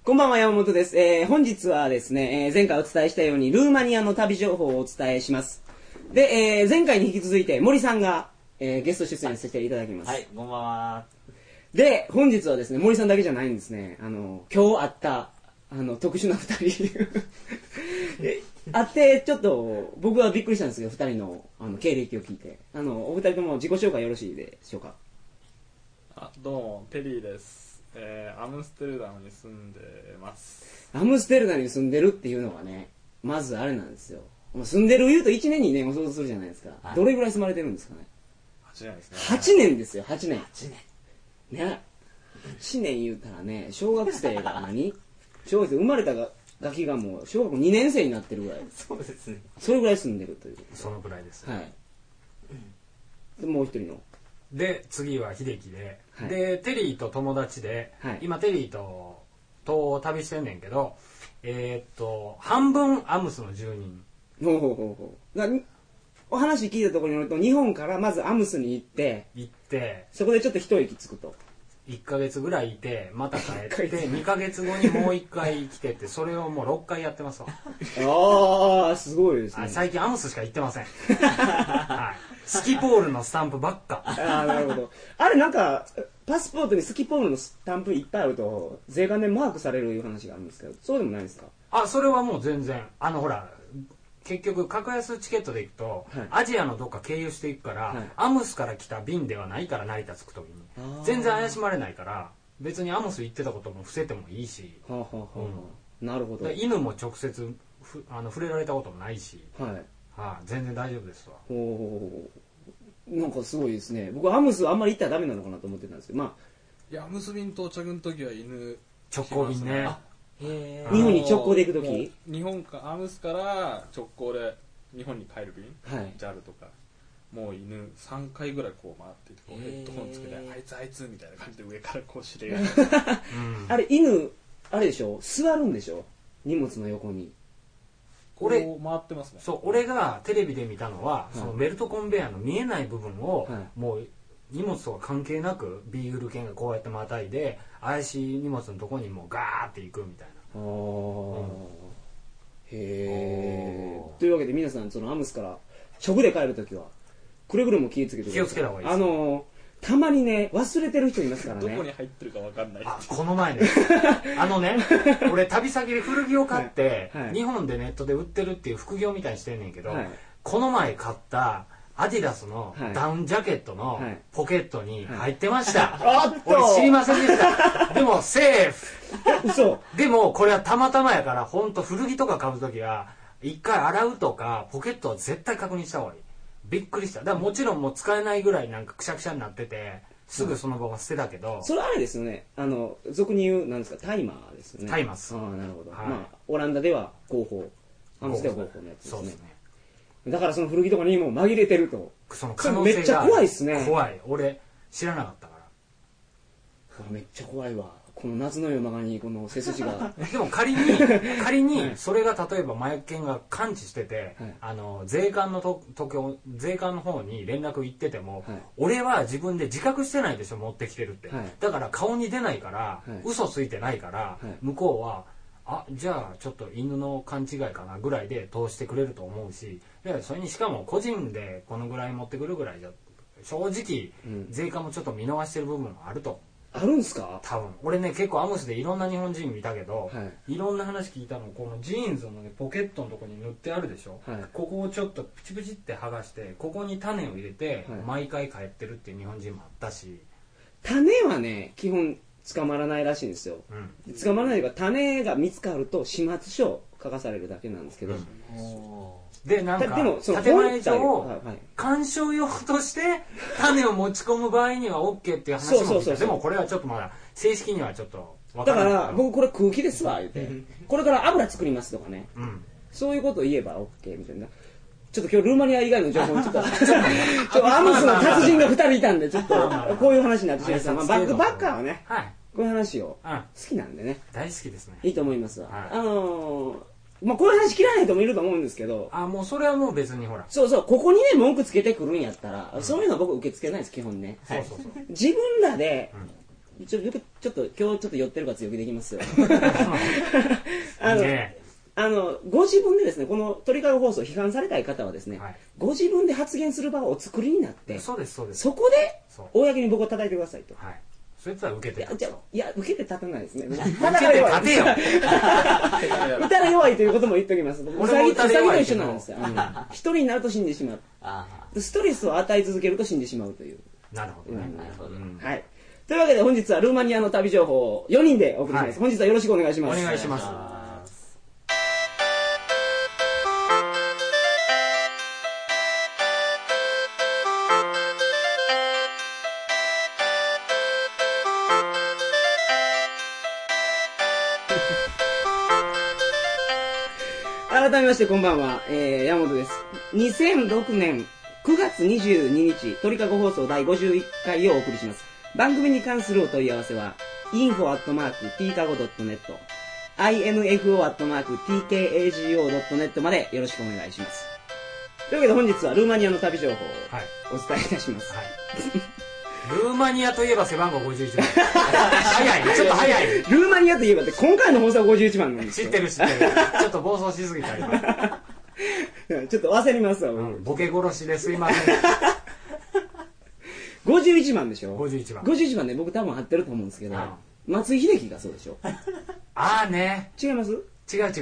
こんばんは、山本です。本日はですね、前回お伝えしたようにルーマニアの旅情報をお伝えします。で、前回に引き続いて森さんが、ゲスト出演させていただきます。 はい、こんばんは。 で、本日はですね、森さんだけじゃないんですね。今日会った、特殊な二人。会って、ちょっと、僕はびっくりしたんですけど、二人の、経歴を聞いて。お二人とも自己紹介よろしいでしょうか。 どうも、テリーです。アムステルダムに住んでます。 アムステルダムに住んでるっていうのがね、まずあれなんですよ。住んでる言うと1年にね、想像するじゃないですか。はい、どれぐらい住まれてるんですかね。 8年ですね。 8年ですよ、8年。 8 年。ね。8年言うたらね、小学生が小学生生まれたガキがもう小学校2年生になってるぐらい。 そうですね。 それぐらい住んでるという。 そのぐらいです、 はい。で、もう一人の。 で、次は秀樹で、 はい、 で、テリーと友達で、はい、今テリーと旅してんねんけど、半分アムスの住人。 お話聞いたところによると、日本からまずアムスに行って、そこでちょっと一息つくと。 1ヶ月ぐらいいて、また帰って、2ヶ月後にもう1回来てって、それをもう6回やってますわ。 ああ、すごいですね。 最近アムスしか行ってません。はい。スキポールのスタンプばっか。 ああ、なるほど。あれなんか、パスポートにスキポールのスタンプいっぱいあると、税関でマークされるいう話があるんですけど、そうでもないですか？ それはもう全然。ほら、結局、格安チケットで行くと、はい、アジアのどっか経由していくから、はい、アムスから来た便ではないから成田着くときに。全然怪しまれないから、別にアムス行ってたことも伏せてもいいし。 なるほど。 犬も直接触れられたこともないし、 はい、 全然大丈夫ですわ。 なんかすごいですね。僕アムスあんまり行ったらダメなのかなと思ってたんですけど、まあ。 いや、アムス便到着の時は犬直行便ね。 日本に直行で行く時？ 日本かアムスから直行で日本に帰る便、はい、JAL とかもう犬3回ぐらいこう回ってこうヘッドホンつけてあいつみたいな感じで上からこう指令があれ犬あれでしょ、座るんでしょ、荷物の横に。 俺回ってますね。 そう、俺がテレビで見たのは、そのベルトコンベヤーの見えない部分を、もう荷物とか関係なくビーグル犬がこうやってまたいで怪しい荷物のとこにもうガーって行くみたいな。 へえ。というわけで皆さん、そのアムスから直で帰るときはくれぐれも気をつけてください。 気をつけた方がいいです。 たまにね、忘れてる人いますからね。 どこに入ってるか分かんない。 この前ね、俺旅先で古着を買って、日本でネットで売ってるっていう副業みたいにしてんねんけど、この前買ったアディダスのダウンジャケットのポケットに入ってました。俺知りませんでした。でもセーフ。 嘘。 でもこれはたまたまやから、ほんと古着とか買うときは一回洗うとかポケットは絶対確認した方がいい。びっくりした。だからもちろんもう使えないぐらいなんかくしゃくしゃになってて、すぐその場は捨てたけど、 それあれですよね。俗に言うなんですか、タイマーですよね。 タイマース。 ああ、なるほど。まあオランダでは合法、アムスでは合法のやつですね。そうですね。だからその古着とかにも紛れてると。 その可能性がめっちゃ怖いっすね。 怖い。俺知らなかったから。 めっちゃ怖いわ。この夏の夜中にこの背筋がでも仮にそれが例えば麻薬犬が感知してて、税関の税関の方に連絡行ってても、俺は自分で自覚してないでしょ、持ってきてるって、だから顔に出ないから、嘘ついてないから、向こうはじゃあちょっと犬の勘違いかなぐらいで通してくれると思うし、でそれにしかも個人でこのぐらい持ってくるぐらいじゃ正直、税関もちょっと見逃してる部分もあると。 あるんすか？ 多分俺ね、結構アムスでいろんな日本人見たけど、いろんな話聞いたの、このジーンズの、ね、ポケットのとこに塗ってあるでしょ、ここをちょっとプチプチって剥がしてここに種を入れて、毎回帰ってるっていう日本人もあったし。 種はね基本捕まらないらしいんですよ、捕まらないから種が見つかると始末書を書かされるだけなんですけど、 でなんか建前上鑑賞用として種を持ち込む場合には OK っていう話も聞いた。でもこれはちょっとまだ正式にはちょっと分からない。 だから僕これ空気ですわ言ってこれから油作りますとかね、そういうことを言えば OK みたいな。ちょっと今日ルーマニア以外の情報にちょっとアムスの達人が2人いたんでちょっとこういう話になってしまいました。バッカーはね、こういう話を好きなんでね、 大好きですね。 いいと思いますわ。まあこういう話嫌いな人もいると思うんですけど、 もうそれはもう別にほら、 そうそう、ここにね文句つけてくるんやったら、そういうのは僕受け付けないです基本ね。自分らでちょっと今日ちょっと寄ってるから強気でいきますよご自分でですね、この鳥かご放送を批判されたい方はですね、ご自分で発言する場をお作りになって、 そうです、 そこで公に僕を叩いてくださいと。 そいつは受けて立つ。 いや、受けて立たないですね。 受けて立てよ打たら弱いということも言っておきます。うさぎと一緒なんですよ。一人になると死んでしまう。ストレスを与え続けると死んでしまうという。 なるほどね。 はい。というわけで本日はルーマニアの旅情報を4人でお送りします。本日はよろしくお願いします。 お願いします。 改めましてこんばんは、山本です。2006年9月22日鳥かご放送第51回をお送りします。番組に関するお問い合わせは info@tkago.net info@tkago.net までよろしくお願いします。というわけで本日はルーマニアの旅情報をお伝えいたします、 ルーマニアといえば背番号51番早い、ちょっと早い。 ルーマニアといえばって今回の放送は51番なんですよ。 知ってるちょっと暴走しすぎた今ちょっと焦りますわ、 ボケ殺しですいません 51番でしょ。 51 番ね、僕多分合ってると思うんですけど、松井秀喜がそうでしょ。 ああね。 違います？ 違う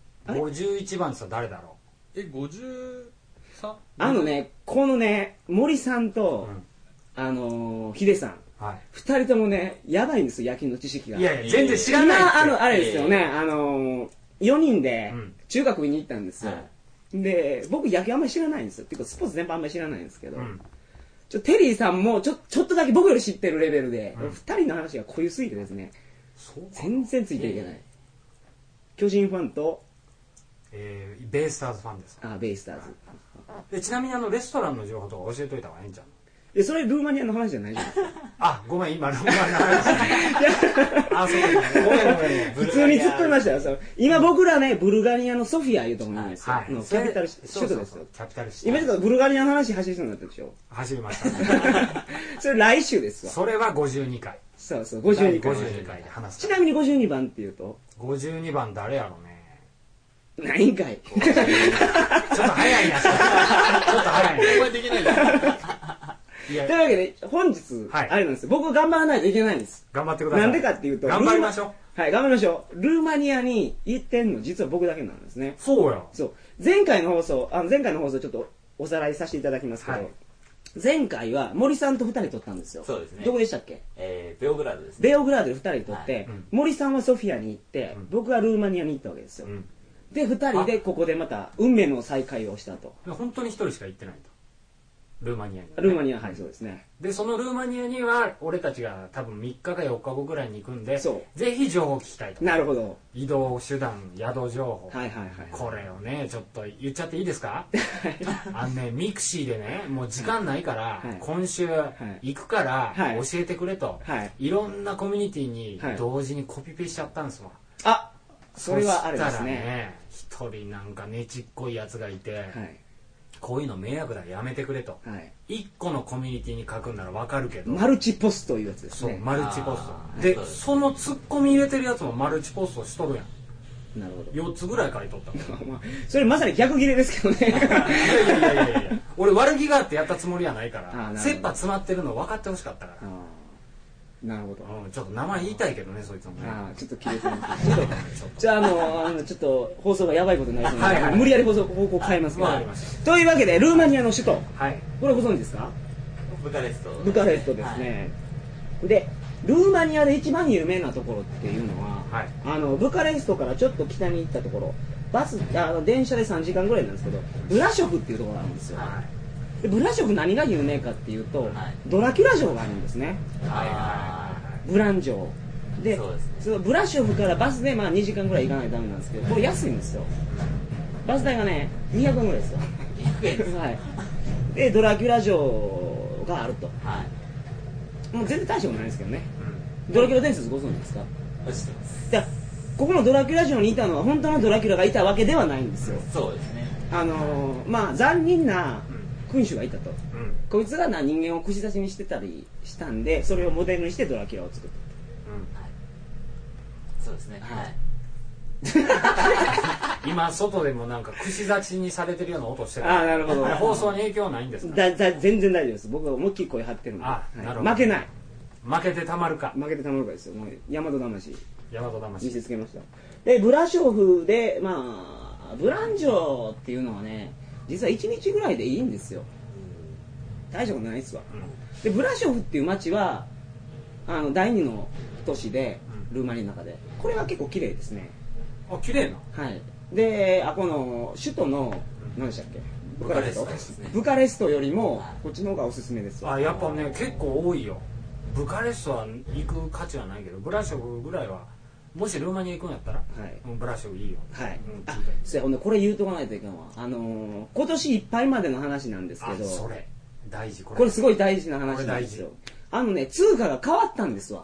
51番って誰だろう。53？ このね、森さんと、ヒデさん、2人ともね、やばいんですよ、野球の知識が。 いや全然知らないって。 今、あれですよね、4人で中学に行ったんですよ。で、僕野球あんまり知らないんですよ。っていうか、スポーツ全般あんまり知らないんですけど、テリーさんもちょっとだけ僕より知ってるレベルで、2人の話が濃ゆすぎてですね、全然ついていけない。巨人ファンと、 ベイスターズファンです。 ベイスターズ。 でちなみにレストランの情報とか教えといた方がいいんじゃん。 それルーマニアの話じゃないじゃないですか。 ごめん、今ルーマニアの話そうごめん普通に突っ込みましたよ。今僕らね、ブルガリアのソフィアいうところなんですよ。キャピタル首都ですよ。今ちょっとブルガリアの話走りそうになったでしょ。 走りましたそれ来週ですわ。 それは52回。 そう52回で話す。 ちなみに52番っていうと 52番誰やろうね。 ないんかい。 ちょっと早いな。ちょっと早いな。 お前できないんだ。 というわけで本日、あれなんですよ。僕頑張らないといけないんです。 頑張ってください。 なんでかっていうと、 頑張りましょう。頑張りましょう。ルーマニアに行ってんの実は僕だけなんですね。 そうや。 前回の放送ちょっとおさらいさせていただきますけど、前回は森さんと2人撮ったんですよ。 そうですね。 どこでしたっけ？ ベオグラードですね。 ベオグラードで2人撮って、森さんはソフィアに行って、僕はルーマニアに行ったわけですよ。で2人でここでまた運命の再会をしたと。 本当に1人しか行ってないと。ルーマニアに、 ルーマニア、はい、そうですね。 でそのルーマニアには俺たちが多分3日か4日後ぐらいに行くんで、ぜひ情報を聞きたいと。 なるほど。 移動手段、宿情報、 はいはいはい、 これをねちょっと言っちゃっていいですかミクシーでね、もう時間ないから、今週行くから教えてくれと、いろんなコミュニティに同時にコピペしちゃったんですわ。 それはあれですね。一人なんかねちっこいやつがいて、こういうの迷惑だ、やめてくれと。1個のコミュニティに書くんなら分かるけど、 マルチポストいうやつですね。 そう、マルチポストで、そのツッコミ入れてるやつもマルチポストしとるやん。 なるほど。 4つぐらい書いとったそれまさに逆切れですけどね。 いや俺悪気があってやったつもりはないから、切羽詰まってるの分かってほしかったから。 なるほど。 ちょっと名前言いたいけどね、そいつもね。 ちょっと切れてますけど。じゃあちょっと放送がやばいことになりそうなので、無理やり方向変えますけど。というわけでルーマニアの首都、これご存知ですか？ ブカレスト。 ブカレストですね。でルーマニアで一番有名なところっていうのは、ブカレストからちょっと北に行ったところ、電車で3時間ぐらいなんですけど、ブラショフっていうところがあるんですよ。でブラショフ何が有名かっていうと、ドラキュラ城があるんですね。ブラン城で、そのブラショフからバスで2時間ぐらい行かないとダメなんですけど、これ安いんですよ。バス代がね200円ぐらいですよ。でドラキュラ城があると。もう全然大したことないですけどね。ドラキュラ伝説ご存知ですか？ 知ってます。 じゃあここのドラキュラ城にいたのは本当のドラキュラがいたわけではないんですよ。 そうですね。 残忍な君主がいたと、こいつが人間を串刺しにしてたりしたんで、それをモデルにしてドラキュラを作っそうですね。はい。 今外でもなんか串刺しにされてるような音してる。 ああ、なるほど。 放送に影響はないんですか？ 全然大丈夫です。僕は思いっきり声張ってるんで。 あ、なるほど。 負けない。 負けてたまるか。 負けてたまるかですよ。もう大和魂。 大和魂。 見せつけました。で、ブラショフで、まあ、ブランジョっていうのはね、実は1日ぐらいでいいんですよ。大したことないですわ。で、ブラショフっていう街は、第2の都市で、ルーマニアの中で。これは結構綺麗ですね。 あ、綺麗な。 はい。で、この首都の、何でしたっけ？ブカレストですね。ブカレストよりも、こっちの方がおすすめですよ。 あ、やっぱね、結構多いよ。ブカレストは行く価値はないけど、ブラショフぐらいは、もしルーマニア行くんやったら、はい、ブラショフいいよ。 はい。ほんで、これ言うとかないといけんわ。今年いっぱいまでの話なんですけど、 それ、大事、 これすごい大事な話なんですよ。通貨が変わったんですわ。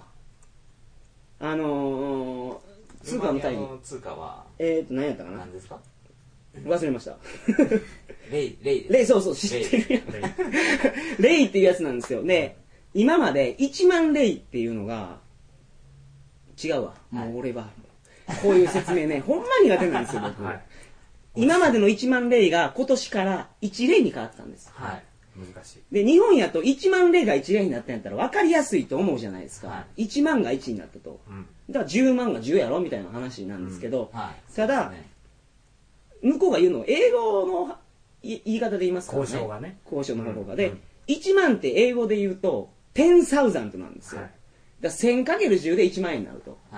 通貨の単位。 通貨は何やったかな。 何ですか？ 忘れました。 レイそうそう、知ってるやん。レイっていうやつなんですよ。で、今まで1万レイっていうのが、違うわ。もう俺は、こういう説明ね、ほんま苦手なんですよ、僕。はい、今までの1万レイが今年から1レイに変わったんです。 はい。難しい。 で、日本やと1万レイが1レイになったんやったら分かりやすいと思うじゃないですか。はい、1万が1になったと。だから10万が10やろみたいな話なんですけど、ただ、向こうが言うのを英語の言い方で言いますからね。 交渉がね。 交渉の方が。で、1万って英語で言うと、10,000なんですよ。はい、だから 1000×10 で1万円になると。はい、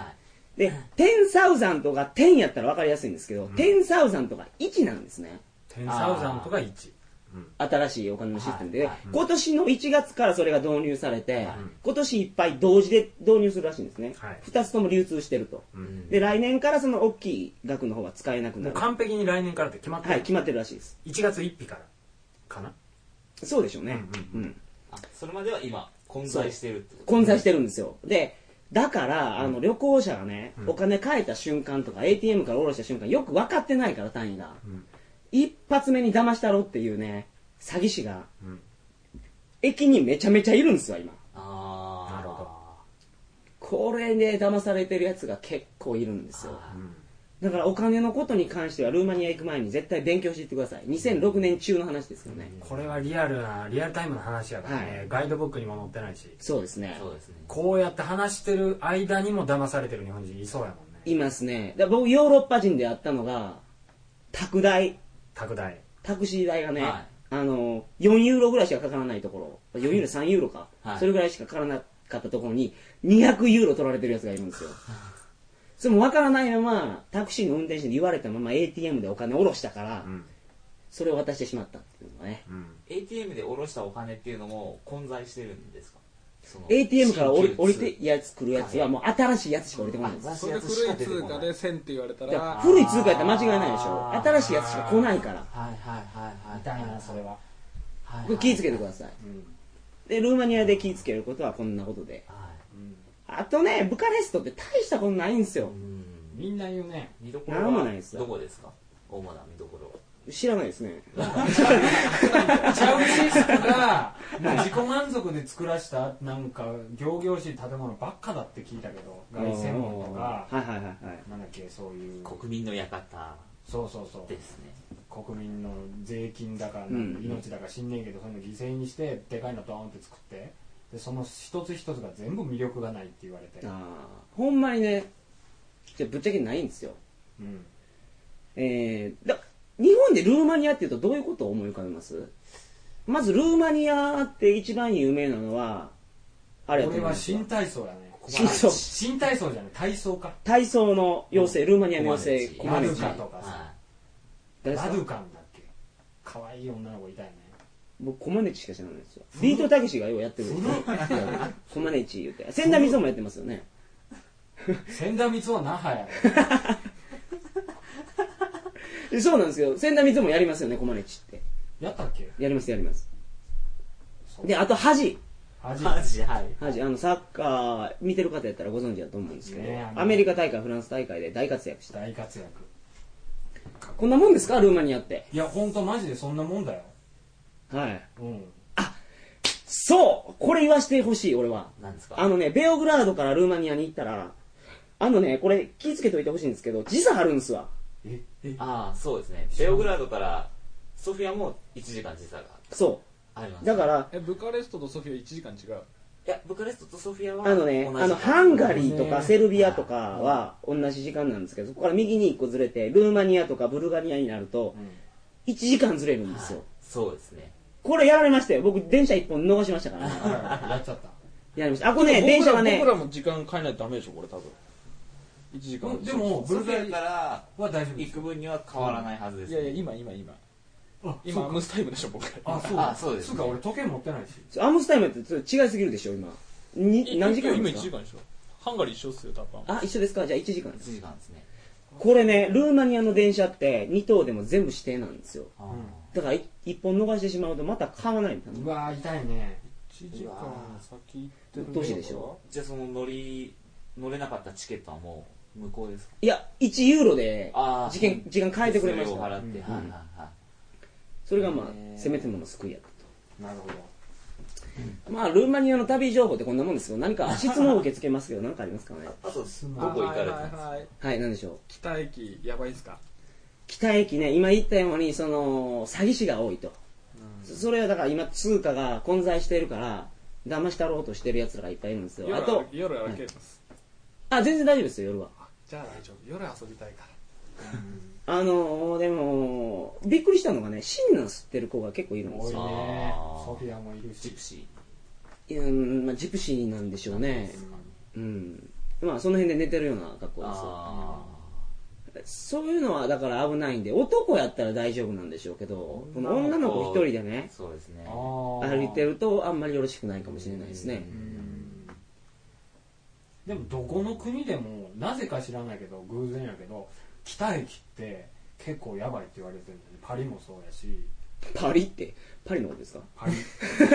で、10,000が10やったら分かりやすいんですけど、10,000が1なんですね。 10,000が1。 新しいお金のシステムで、今年の1月からそれが導入されて、今年いっぱい同時で導入するらしいんですね。2つとも流通してると。で、来年からその大きい額の方が使えなくなる。 もう完璧に来年からって決まってる？ はい、決まってるらしいです。 1月1日からかな？ そうでしょうね。 それまでは今、混在してるってこと？ 混在してるんですよ。で、だから、旅行者がね、お金変えた瞬間とか、ATM から下ろした瞬間、よく分かってないから、単位が。一発目に騙したろっていうね、詐欺師が、駅にめちゃめちゃいるんですわ、今。 なるほど。 これで騙されてるやつが結構いるんですよ。だからお金のことに関してはルーマニア行く前に絶対勉強していってください。2006年中の話ですよね。 これはリアルタイムの話やからね、ガイドブックにも載ってないし。 そうですね。 こうやって話してる間にも騙されてる日本人いそうやもんね。 いますね。だから僕ヨーロッパ人であったのが、宅代。タクシー代がね、4ユーロぐらいしかかからないところ、4ユーロ3ユーロか、それぐらいしかかからなかったところに200ユーロ取られてるやつがいるんですよ。それも分からないままタクシーの運転手に言われたまま ATM でお金下ろしたから、それを渡してしまったっていうのがね、 ATM で下ろしたお金っていうのも混在してるんですか ？ATM から降りて来るやつはもう新しいやつしか降りてこないんです。 それ古い通貨で1000って言われたら、 古い通貨やったら間違いないでしょ。新しいやつしか来ないから。 痛いな、それは。 気ぃつけてください。で、ルーマニアで気ぃつけることはこんなことで。あとね、ブカレストって大したことないんですよ。 みんな言うね。 見どころはどこですか？主な見どころは。 知らないですね。 チャウシスクがもう自己満足で作らしたなんか仰々しい建物ばっかだって聞いたけど、凱旋門とか、なんだっけ、そういう国民の館。 そうですね。 国民の税金だか命だか知んねえけど、そういうの犠牲にしてでかいのドーンって作って、でその一つ一つが全部魅力がないって言われて、 ほんまにね、じゃぶっちゃけないんですよ。日本でルーマニアっていうとどういうことを思い浮かべます？まずルーマニアって一番有名なのはあれやと思います。 これは新体操やね。新体操じゃない、体操か。 体操の妖精、ルーマニアの妖精、 ラドゥカとかさ。ラドゥカンだっけ？可愛い女の子いたよね。 僕コマネチしか知らないですよ。ビートたけしがようやってる。コマネチ言うて。千田光雄もやってますよね。 千田光雄は那覇やろ。そうなんですよ。千田光雄もやりますよね、コマネチって。 やったっけ？ やります。で、あとハジ、サッカー見てる方やったらご存知だと思うんですけど、アメリカ大会、フランス大会で大活躍した。こんなもんですか、ルーマニアって。 いや、ほんとマジでそんなもんだよ。 はい。そう、これ言わしてほしい、俺は。 何ですか？ ベオグラードからルーマニアに行ったら、 これ気ぃつけといてほしいんですけど、時差あるんですわ。 ああ、そうですね。ベオグラードからソフィアも1時間時差がそう。 あります、 だから、 ブカレストとソフィア1時間違う？ いや、ブカレストとソフィアはハンガリーとかセルビアとかは同じ時間なんですけど、そこから右に1個ずれて、ルーマニアとかブルガリアになると、1時間ずれるんですよ。 そうですね。 これやられましたよ。僕、電車1本逃しましたからね。 やっちゃった。 やりました。これね、電車がね。 僕らも時間変えないとダメでしょ、これ多分。1時間。 でも、 ブルガリアからは大丈夫。 行く分には変わらないはずです。 いやいや、今。今、アムスタイムでしょ、僕ら。 そうです。 そうか、俺時計持ってないし。 アムスタイムって違いすぎるでしょ、今。何時間今1 ですか？ 時間でしょ。ハンガリー一緒っすよ、多分。 あ、一緒ですか？じゃあ1時間です。 1時間ですね。 これね、ルーマニアの電車って2等でも全部指定なんですよ。だから1本逃してしまうとまた買わないんだ。 うわー、痛いね。 1時間先行ってる。 どうしでしょう？じゃあその乗れなかったチケットはもう向こうですか？ いや、1ユーロで時間変えてくれました。 それを払って、 それがまあ、せめてもの救いやったと。 なるほど。 まあ、ルーマニアの旅情報ってこんなもんですよ。何か質問を受け付けますけど、何かありますかね？ あと、どこ行かれてますか？ はい、何でしょう。 北駅、やばいっすか？ 北駅ね、今言ったように、詐欺師が多いと。それはだから今、通貨が混在してるから、騙したろうとしてる奴らがいっぱいいるんですよ。あと、 夜歩けます。 全然大丈夫ですよ、夜は。 じゃあ大丈夫。夜遊びたいから。 でも、びっくりしたのがね、シンナー吸ってる子が結構いるんですよ。 多いね。ソフィアもいるし。 ジプシまあ、ジプシーなんでしょうね。まあ、その辺で寝てるような格好ですよ。そういうのはだから危ないんで、男やったら大丈夫なんでしょうけど、この女の子一人でね、 そうですね。 歩いてるとあんまりよろしくないかもしれないですね。 でもどこの国でもなぜか知らないけど偶然やけど北駅って結構やばいって言われてるんだよね。パリもそうやし。 パリってパリのことですか？ パリ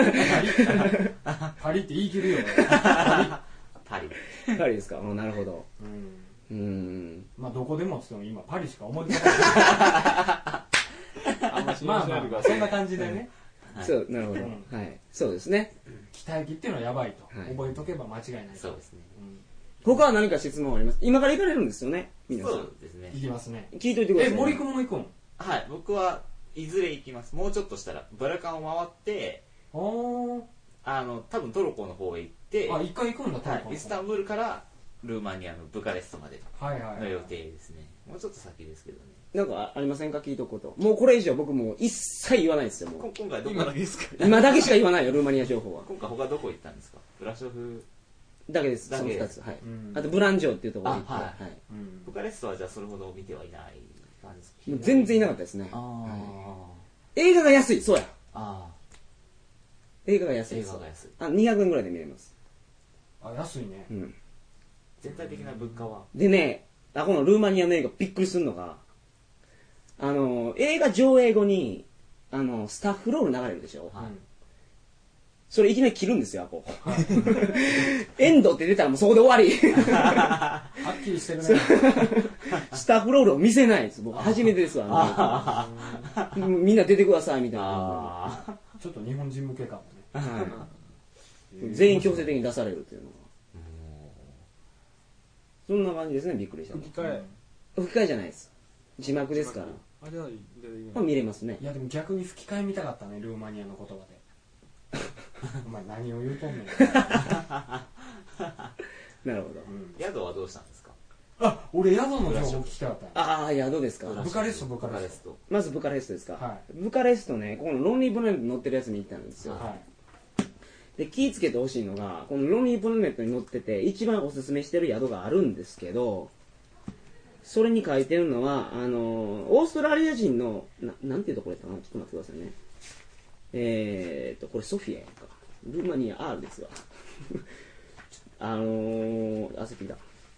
パリって言い切るよ。 パリですか？なるほど。 まあどこでもっつっても今パリしか思い浮かばない。まあそんな感じでね。 そう、なるほど。はい、そうですね。 北駅っていうのはやばいと覚えとけば間違いない。 そうですね。 他は何か質問あります？今から行かれるんですよね、皆さん。 そうですね。 行きますね。 聞いといてください。 森君も行くん？ はい、僕はいずれ行きます。もうちょっとしたらバルカンを回って多分トルコの方へ行って、 一回行くんだ。トルコ。 イスタンブールからルーマニアのブカレストまでの予定ですね。もうちょっと先ですけどね。 なんかありませんか？聞いとくこと。もうこれ以上僕もう一切言わないですよ。もう今回どこだけですか？ 今だけしか言わないよ、ルーマニア情報は。 今回他どこ行ったんですか？ブラショフだけです。その2つ。はい。あとブランジョっていうところに行って、 ブカレストはじゃあそれほど見てはいない感じですか？ 全然いなかったですね。映画が安い。そうや。映画が安い。 映画が安い。 200円ぐらいで見れます。 安いね。 全体的な物価は。 でね、このルーマニアの映画びっくりするのが、映画上映後にスタッフロール流れるでしょ。それいきなり切るんですよ、こう。エンドって出たらもうそこで終わり。 はっきりしてるね。 スタッフロールを見せないです。僕初めてですわ。みんな出てくださいみたいな。 ちょっと日本人向けかもね。全員強制的に出されるっていうのが。そんな感じですね、びっくりした。 吹き替え？ 吹き替えじゃないです。字幕ですから。見れますね。 いやでも逆に吹き替え見たかったね、ルーマニアの言葉で。お前何を言うとんねん。 なるほど。 宿はどうしたんですか？ 俺宿の情報聞きたかった。 宿ですか？ ブカレスト。 まずブカレストですか？ブカレストね、ここのロンリープラネットに乗ってるやつに行ったんですよ。で、気ぃつけてほしいのが、このロンリープラネットに乗ってて一番おすすめしてる宿があるんですけど、それに書いてるのはオーストラリア人のなんていうところやったかな、ちょっと待ってくださいね。これソフィアやんか。ルーマニア R ですわ。焦ってきた。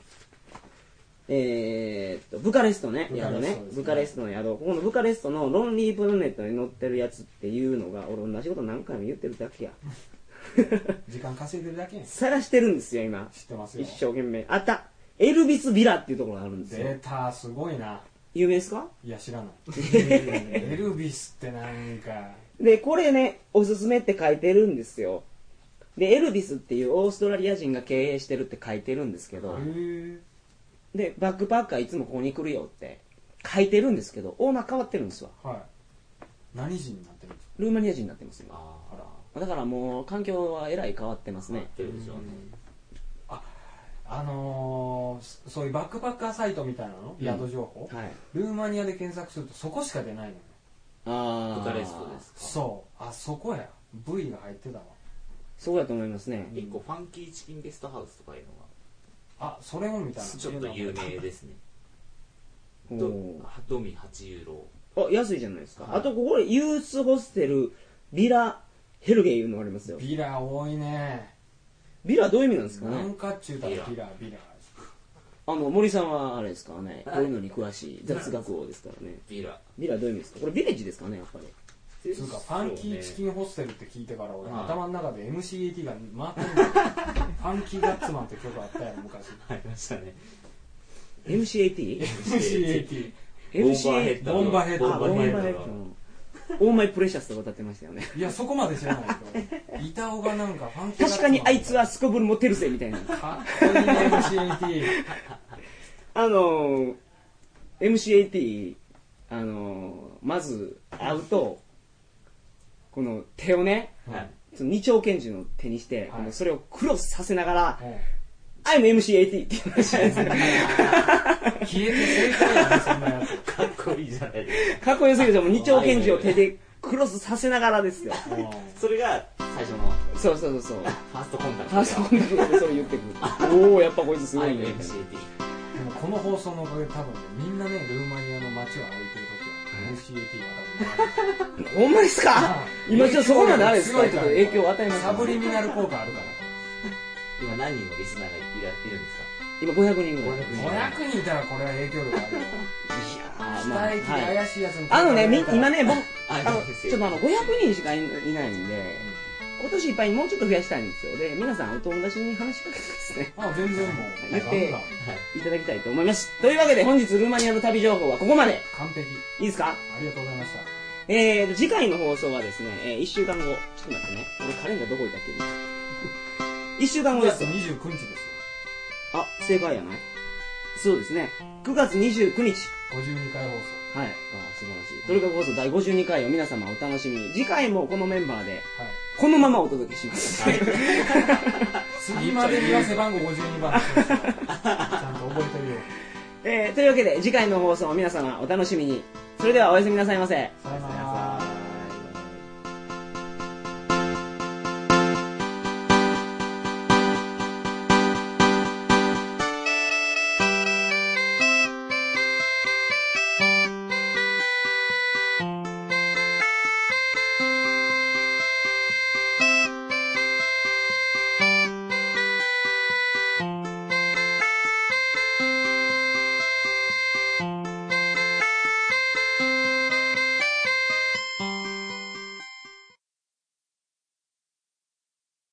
ブカレストね、宿ね。ブカレストの宿。ここのブカレストのロンリープラネットに乗ってるやつっていうのが、俺同じこと何回も言ってるだけや。 時間稼いでるだけやん。 探してるんですよ、今。 知ってますよ。 一生懸命。エルビスビラっていうところがあるんですよ。 データすごいな。 有名ですか？ いや、知らない。エルビスってなんか。 で、これね、おすすめって書いてるんですよ。で、エルビスっていうオーストラリア人が経営してるって書いてるんですけど、 でバックパッカーいつもここに来るよって書いてるんですけど、オーナー変わってるんですわ。 はい。何人になってるんですか？ ルーマニア人になってますよ。 あら。 だからもう環境はえらい変わってますね。 変わってるでしょうね。 そういうバックパッカーサイトみたいなの、宿情報、はい、ルーマニアで検索するとそこしか出ないのよ。 ああ、ブカレストですか。 そう、あそこや V が入ってたわ。 そうやと思いますね。 一個ファンキーチキンゲストハウスとかいうのが、あ、それもみたいなちょっと有名ですね。ドミ8ユーロ。あ、安いじゃないですか。はい、あとここでユースホステルビラヘルゲいうのありますよ。 ビラ多いね。 ビラどういう意味なんですかね。 なんかっちゅうたらビラ。 森さんはあれですかね、こういうのに詳しい雑学王ですからね。ビラどういう意味ですか。これビレッジですかね、やっぱり。 つうかファンキーチキンホステルって聞いてから俺、頭の中で MCAT が回ってるんだよ。ファンキーガッツマンって曲あったよ昔。 ありましたね。 MCAT？ ボンバーヘッド。 オーマイプレシャスとか歌ってましたよね。 いや、そこまで知らないけど、板尾がなんかファンキーガッツマン。 確かにあいつはすこぶる持ってるぜみたいな。 かっこいいね MCAT。 MCAT、まず会うと、この手をね、その二丁拳銃の手にして、それをクロスさせながら、I'm MCAT って言うらしいですよ。 消えて正解やね、そんなやつ。 かっこいいじゃないですか。かっこよすぎるじゃん。もう二丁拳銃を手でクロスさせながらですよ。 それが最初の。 そう。 ファーストコンタクト。 ファーストコンタクトでそれ言ってくる。おお、やっぱこいつすごいね。 MCAT。 でもこの放送のおかげで多分ね、みんなね、ルーマニアの街を歩いてる時は MCAT が多分ほんまですか？今ちょっとそこまであれですか？ちょっと影響を与えます。 サブリミナル効果あるから。 今何人のリスナーがいるんですか？ 今500人ぐらい。 500人いたらこれは影響力あるよ。 まあ、 怪しいやつに今ね、僕、ちょっと500人しかいないんで、今年いっぱいにもうちょっと増やしたいんですよ。で、皆さんお友達に話しかけてですね。 全然もう。 言っていただきたいと思います。というわけで本日ルーマニアの旅情報はここまで。 完璧。 いいですか？ ありがとうございました。 次回の放送はですね、1週間後。ちょっと待ってね。俺カレンダーどこ置いたっけ？1週間後ですよ。 9月29日ですよ。 あ、正解やない？そうですね。9月29日。 52回放送。 はい。素晴らしい。トリカゴ放送第52回を皆様お楽しみに。次回もこのメンバーで、このままお届けします。 次までには背番号52番の人ちゃんと覚えてるよ。 というわけで次回の放送を皆様お楽しみに。それではおやすみなさいませ。 さよなら。